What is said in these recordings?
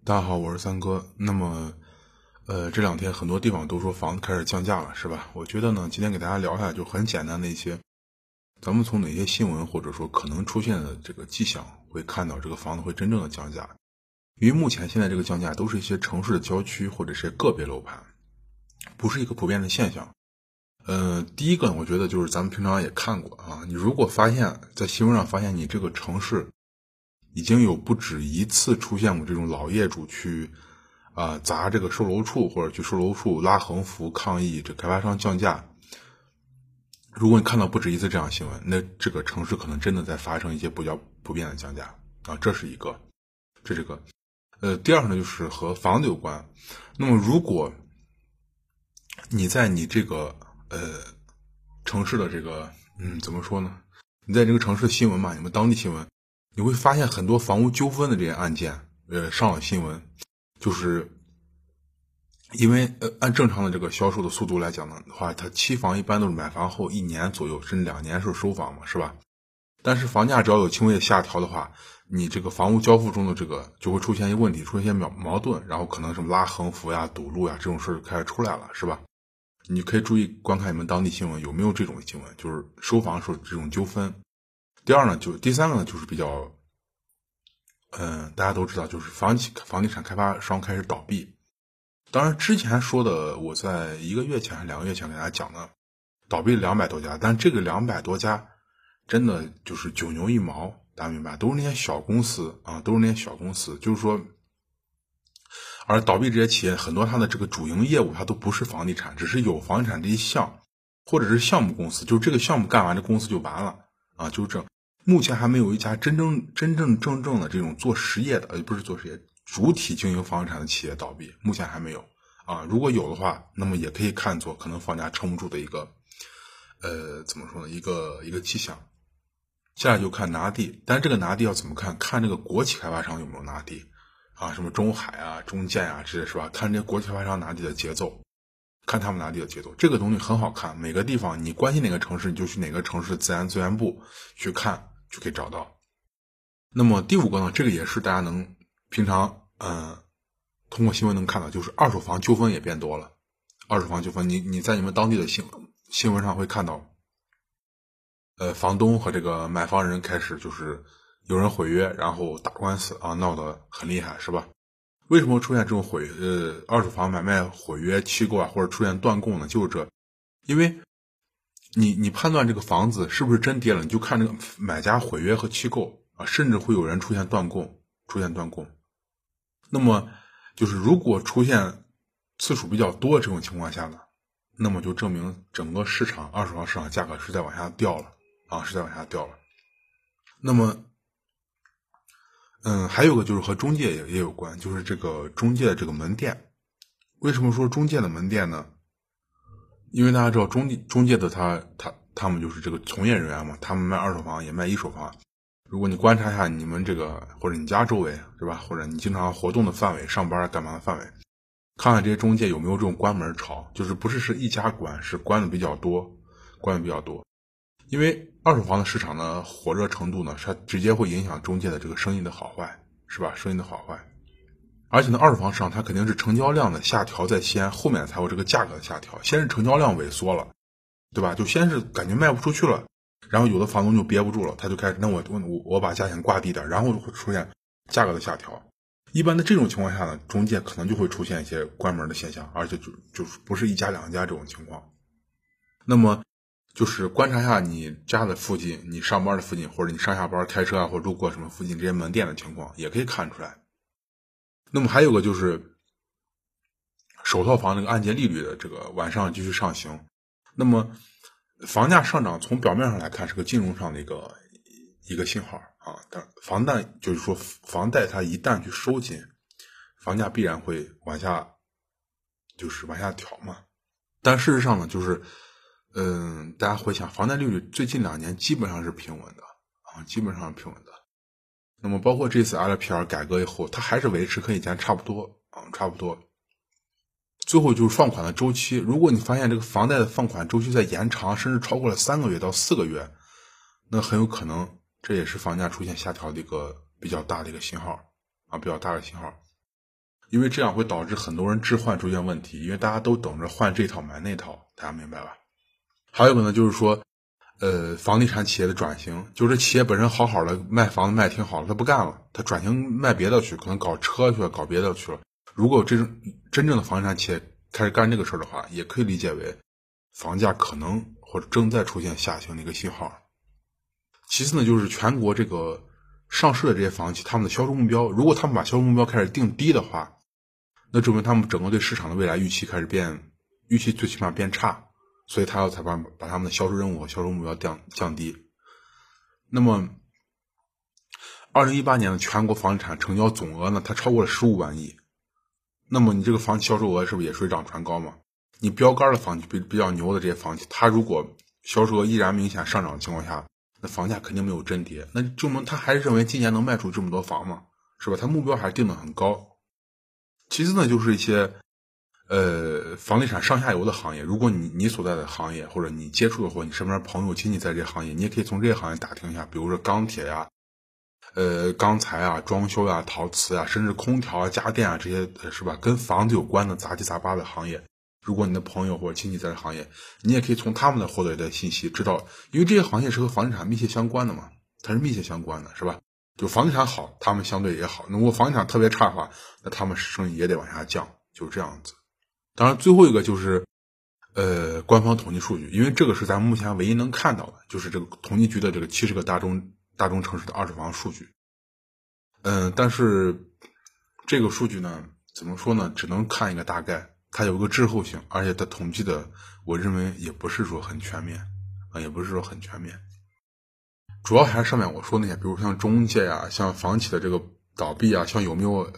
大家好，我是三哥。那么，这两天很多地方都说房子开始降价了，是吧？我觉得呢，今天给大家聊一下，就很简单的一些，咱们从哪些新闻或者说可能出现的这个迹象，会看到这个房子会真正的降价。因为目前现在这个降价都是一些城市的郊区或者是个别楼盘，不是一个普遍的现象。第一个我觉得就是咱们平常也看过啊，你如果发现在新闻上发现你这个城市已经有不止一次出现过这种老业主去砸这个售楼处，或者去售楼处拉横幅抗议这开发商降价，如果你看到不止一次这样新闻，那这个城市可能真的在发生一些比较普遍的降价啊，这是一个，这是个。第二呢就是和房子有关。那么如果你在你这个城市的这个怎么说呢？你在这个城市新闻嘛，你们当地新闻，你会发现很多房屋纠纷的这些案件，上了新闻，就是因为按正常的这个销售的速度来讲的话，它期房一般都是买房后1年左右甚至2年时候收房嘛，是吧？但是房价只要有轻微的下调的话，你这个房屋交付中的这个就会出现一些问题，出现一些矛盾，然后可能什么拉横幅呀、堵路呀这种事开始出来了，是吧？你可以注意观看你们当地新闻有没有这种新闻，就是收房时候这种纠纷。第三个呢，就是比较大家都知道，就是房地产开发商开始倒闭。当然之前说的，我在1个月前还是2个月前给大家讲的，倒闭了200多家，但这个200多家真的就是九牛一毛，大家明白，都是那些小公司啊，都是那些小公司，就是说，而倒闭这些企业很多它的这个主营业务它都不是房地产，只是有房地产这一项，或者是项目公司，就是这个项目干完这公司就完了啊，就是这。目前还没有一家真正的这种做实业的，不是做实业，主体经营房地产的企业倒闭，目前还没有啊。如果有的话，那么也可以看作可能房价撑不住的一个怎么说呢，一个迹象。下来就看拿地，但是这个拿地要怎么看？看这个国企开发商有没有拿地啊，什么中海啊、中建啊这些，是吧？看这些国企开发商拿地的节奏，看他们拿地的节奏，这个东西很好看。每个地方你关心哪个城市，你就去哪个城市的自然资源部去看，就可以找到。那么第5个呢，这个也是大家能平常通过新闻能看到，就是二手房纠纷也变多了。二手房纠纷，你在你们当地的新闻上会看到，房东和这个买房人开始就是有人毁约，然后打官司啊，闹得很厉害，是吧？为什么会出现这种二手房买卖毁约、期购啊，或者出现断供呢？就是这，因为你判断这个房子是不是真跌了，你就看这个买家毁约和期购啊，甚至会有人出现断供。那么就是如果出现次数比较多的这种情况下呢，那么就证明整个二手房市场价格是在往下掉了啊，是在往下掉了。那么还有个就是和中介也有关，就是这个中介的这个门店。为什么说中介的门店呢？因为大家知道中介的他们就是这个从业人员嘛，他们卖二手房也卖一手房。如果你观察一下你们这个或者你家周围，是吧？或者你经常活动的范围、上班干嘛的范围，看看这些中介有没有这种关门潮，就是不是一家关，是关的比较多。因为二手房的市场的火热程度呢，它直接会影响中介的这个生意的好坏，是吧？生意的好坏。而且呢，二手房市场它肯定是成交量的下调在先，后面才有这个价格的下调。先是成交量萎缩了，对吧？就先是感觉卖不出去了，然后有的房东就憋不住了，他就开始，那我把价钱挂低点，然后就会出现价格的下调。一般的这种情况下呢，中介可能就会出现一些关门的现象，而且就是不是1家2家这种情况。那么就是观察一下你家的附近，你上班的附近，或者你上下班开车啊，或者路过什么附近这些门店的情况，也可以看出来。那么还有个就是首套房这个按揭利率的这个往上继续上行。那么房价上涨从表面上来看是个金融上的一个信号啊，但房贷就是说房贷它一旦去收紧，房价必然会往下调嘛。但事实上呢，就是大家回想，房贷利率最近2年基本上是平稳的啊，基本上是平稳的。那么包括这次 LPR 改革以后，它还是维持和以前差不多啊，差不多。最后就是放款的周期，如果你发现这个房贷的放款周期在延长，甚至超过了3个月到4个月，那很有可能这也是房价出现下调的一个比较大的一个信号啊，比较大的信号。 因为这样会导致很多人置换出现问题，因为大家都等着换这套买那套，大家明白吧？还有一个呢，就是说房地产企业的转型，就是企业本身好好的卖房子卖挺好的，他不干了，他转型卖别的去，可能搞车去了，搞别的去了。如果这种真正的房地产企业开始干这个事儿的话，也可以理解为房价可能或者正在出现下行的一个信号。其次呢，就是全国这个上市的这些房企，他们的销售目标，如果他们把销售目标开始定低的话，那证明他们整个对市场的未来预期开始预期最起码变差，所以他要才把他们的销售任务和销售目标降低。那么2018年的全国房地产成交总额呢，它超过了15万亿。那么你这个房企销售额是不是也水涨船高嘛？你标杆的房企比较牛的这些房企，它如果销售额依然明显上涨的情况下，那房价肯定没有真跌，那证明他还是认为今年能卖出这么多房嘛，是吧？他目标还是定得很高。其次呢，就是一些房地产上下游的行业，如果你所在的行业或者你接触的或者你身边朋友亲戚在这些行业，你也可以从这些行业打听一下，比如说钢铁呀、钢材啊、装修呀、陶瓷呀，甚至空调啊、家电啊这些是吧？跟房子有关的杂七杂八的行业，如果你的朋友或者亲戚在这行业，你也可以从他们那获得的信息，知道，因为这些行业是和房地产密切相关的嘛，它是密切相关的，是吧？就房地产好，他们相对也好。那如果房地产特别差的话，那他们生意也得往下降，就是这样子。当然，最后一个就是官方统计数据，因为这个是咱们目前唯一能看到的，就是这个统计局的这个70个大中城市的二手房数据。但是这个数据呢，怎么说呢？只能看一个大概，它有一个滞后性，而且它统计的，我认为也不是说很全面啊，也不是说很全面。主要还是上面我说那些，比如像中介啊，像房企的这个倒闭啊，像有没有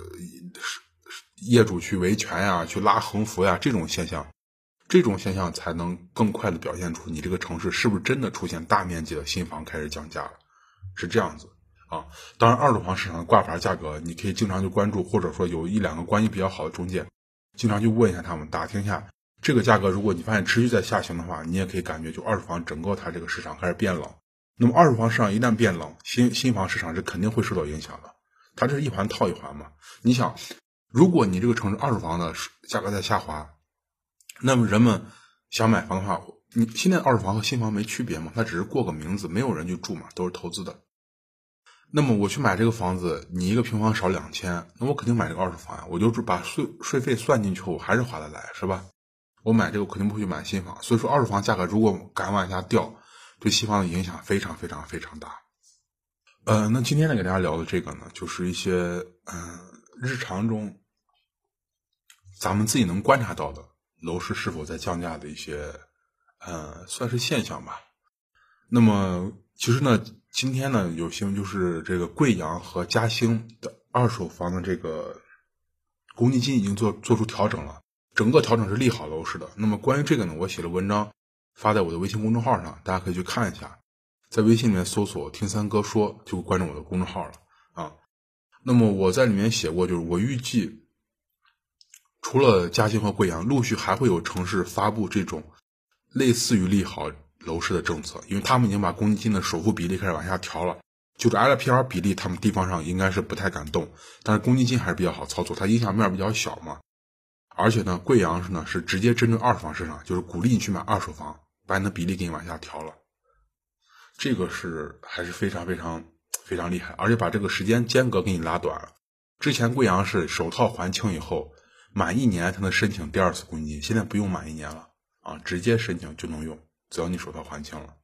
业主去维权呀、去拉横幅呀这种现象才能更快的表现出你这个城市是不是真的出现大面积的新房开始降价了，是这样子啊。当然，二手房市场的挂牌价格，你可以经常去关注，或者说有一两个关系比较好的中介，经常去问一下他们，打听一下这个价格。如果你发现持续在下行的话，你也可以感觉就二手房整个它这个市场开始变冷。那么二手房市场一旦变冷，新房市场是肯定会受到影响的，它这是一环套一环嘛。你想，如果你这个城市二手房的价格在下滑，那么人们想买房的话，你现在二手房和新房没区别嘛，它只是过个名字，没有人去住嘛，都是投资的。那么我去买这个房子，你一个平方少2000，那我肯定买这个二手房呀，我就把税费算进去后，我还是划得来，是吧？我买这个肯定不会去买新房，所以说二手房价格如果敢往下掉，对新房的影响非常非常非常大。那今天呢给大家聊的这个呢，就是一些日常中咱们自己能观察到的楼市是否在降价的一些算是现象吧。那么其实呢，今天呢有幸就是这个贵阳和嘉兴的二手房的这个公积金已经做出调整了，整个调整是利好楼市的。那么关于这个呢，我写了文章发在我的微信公众号上，大家可以去看一下，在微信里面搜索听三哥说就关注我的公众号了啊。那么我在里面写过，就是我预计除了嘉兴和贵阳，陆续还会有城市发布这种类似于利好楼市的政策，因为他们已经把公积金的首付比例开始往下调了，就是 LPR 比例他们地方上应该是不太敢动，但是公积金还是比较好操作，它影响面比较小嘛。而且呢，贵阳是直接针对二手房市场，就是鼓励你去买二手房，把你的比例给你往下调了，这个是还是非常非常非常厉害，而且把这个时间间隔给你拉短了。之前贵阳是首套还清以后满1年才能申请第二次公积金，现在不用满1年了啊，直接申请就能用，只要你首套还清了。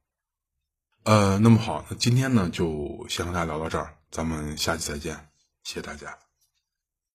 那么好，那今天呢就先和大家聊到这儿，咱们下期再见，谢谢大家。